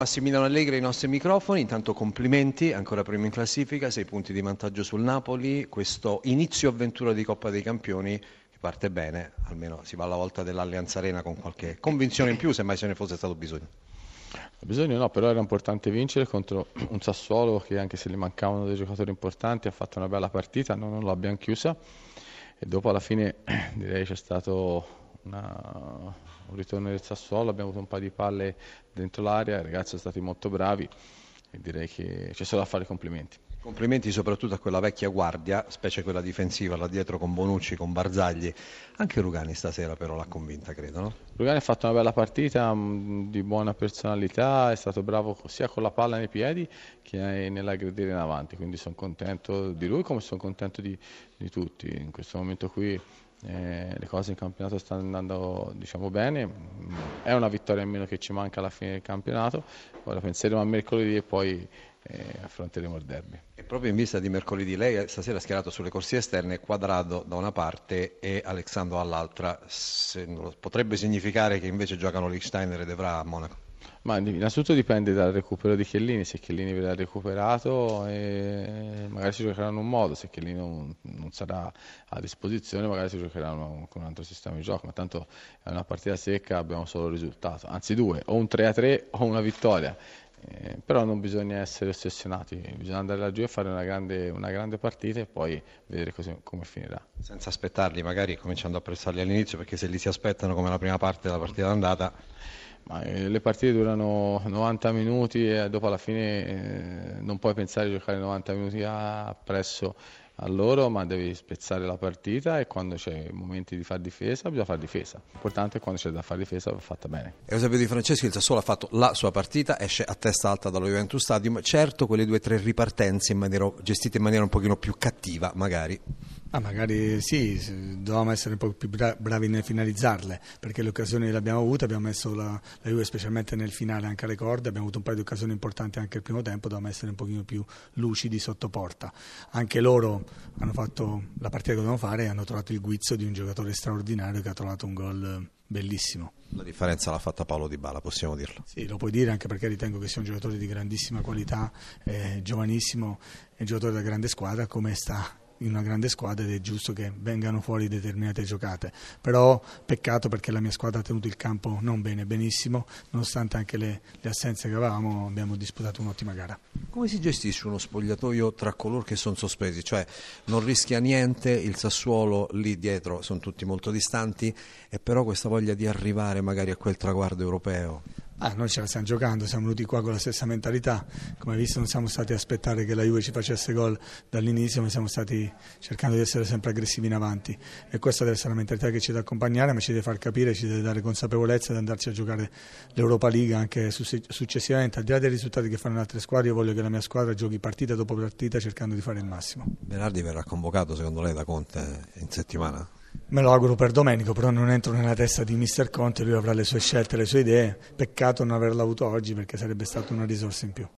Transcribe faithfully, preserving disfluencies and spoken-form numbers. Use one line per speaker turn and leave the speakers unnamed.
Massimiliano Allegri ai nostri microfoni, intanto complimenti, ancora primo in classifica, sei punti di vantaggio sul Napoli, questo inizio avventura di Coppa dei Campioni che parte bene, almeno si va alla volta dell'Allianz Arena con qualche convinzione in più, se mai ce ne fosse stato bisogno.
Bisogno no, però era importante vincere contro un Sassuolo che anche se gli mancavano dei giocatori importanti ha fatto una bella partita, noi non l'abbiamo chiusa e dopo alla fine direi c'è stato una, un ritorno del Sassuolo, abbiamo avuto un paio di palle dentro l'area, i ragazzi sono stati molto bravi e direi che c'è solo da fare i complimenti.
Complimenti soprattutto a quella vecchia guardia, specie quella difensiva, là dietro con Bonucci, con Barzagli. Anche Rugani stasera però l'ha convinta, credo, no?
Rugani ha fatto una bella partita, di buona personalità, è stato bravo sia con la palla nei piedi che nell'aggredire in avanti, quindi sono contento di lui come sono contento di, di tutti. In questo momento qui eh, le cose in campionato stanno andando, diciamo, bene, è una vittoria in meno che ci manca alla fine del campionato, ora penseremo a mercoledì e poi e affronteremo il derby.
E proprio in vista di mercoledì, lei stasera è schierato sulle corsie esterne, Quadrado da una parte e Alexandro dall'altra, potrebbe significare che invece giocano Lichtsteiner ed Evra a Monaco?
Ma innanzitutto dipende dal recupero di Chiellini, se Chiellini verrà recuperato e magari si giocheranno in un modo, se Chiellini non, non sarà a disposizione magari si giocheranno con un altro sistema di gioco, ma tanto è una partita secca, abbiamo solo il risultato, anzi due, o un tre a tre o una vittoria. Eh, però non bisogna essere ossessionati, bisogna andare laggiù e fare una grande, una grande partita e poi vedere così, come finirà.
Senza aspettarli, magari cominciando a apprezzarli all'inizio, perché se li si aspettano come la prima parte della partita d'andata.
Ma, eh, le partite durano novanta minuti e dopo alla fine eh, non puoi pensare di giocare novanta minuti appresso a loro, ma devi spezzare la partita e quando c'è momenti di fare difesa bisogna fare difesa. L'importante è quando c'è da fare difesa va fatta bene.
Eusebio Di Franceschi, il Sassuolo ha fatto la sua partita, esce a testa alta dallo Juventus Stadium, certo quelle due o tre ripartenze in maniera, gestite in maniera un pochino più cattiva magari.
Ah, magari sì, dovevamo essere un po' più bravi nel finalizzarle, perché le occasioni le abbiamo avute, abbiamo messo la, la Juve specialmente nel finale anche alle corde, abbiamo avuto un paio di occasioni importanti anche il primo tempo, dovevamo essere un pochino più lucidi sotto porta. Anche loro hanno fatto la partita che dovevano fare e hanno trovato il guizzo di un giocatore straordinario che ha trovato un gol bellissimo.
La differenza l'ha fatta Paolo Dybala, possiamo dirlo.
Sì, lo puoi dire anche perché ritengo che sia un giocatore di grandissima qualità, eh, giovanissimo, è un giocatore da grande squadra come sta in una grande squadra ed è giusto che vengano fuori determinate giocate, però peccato perché la mia squadra ha tenuto il campo non bene, benissimo, nonostante anche le, le assenze che avevamo abbiamo disputato un'ottima gara.
Come si gestisce uno spogliatoio tra coloro che sono sospesi? Cioè non rischia niente, il Sassuolo lì dietro sono tutti molto distanti e però questa voglia di arrivare magari a quel traguardo europeo?
Ah, noi ce la stiamo giocando, siamo venuti qua con la stessa mentalità, come hai visto non siamo stati a aspettare che la Juve ci facesse gol dall'inizio, ma siamo stati cercando di essere sempre aggressivi in avanti e questa deve essere la mentalità che ci deve accompagnare, ma ci deve far capire, ci deve dare consapevolezza di andarci a giocare l'Europa League anche successivamente, al di là dei risultati che fanno le altre squadre, io voglio che la mia squadra giochi partita dopo partita cercando di fare il massimo.
Berardi verrà convocato secondo lei da Conte in settimana?
Me lo auguro per Domenico, però non entro nella testa di mister Conte, lui avrà le sue scelte, le sue idee, peccato non averla avuto oggi perché sarebbe stata una risorsa in più.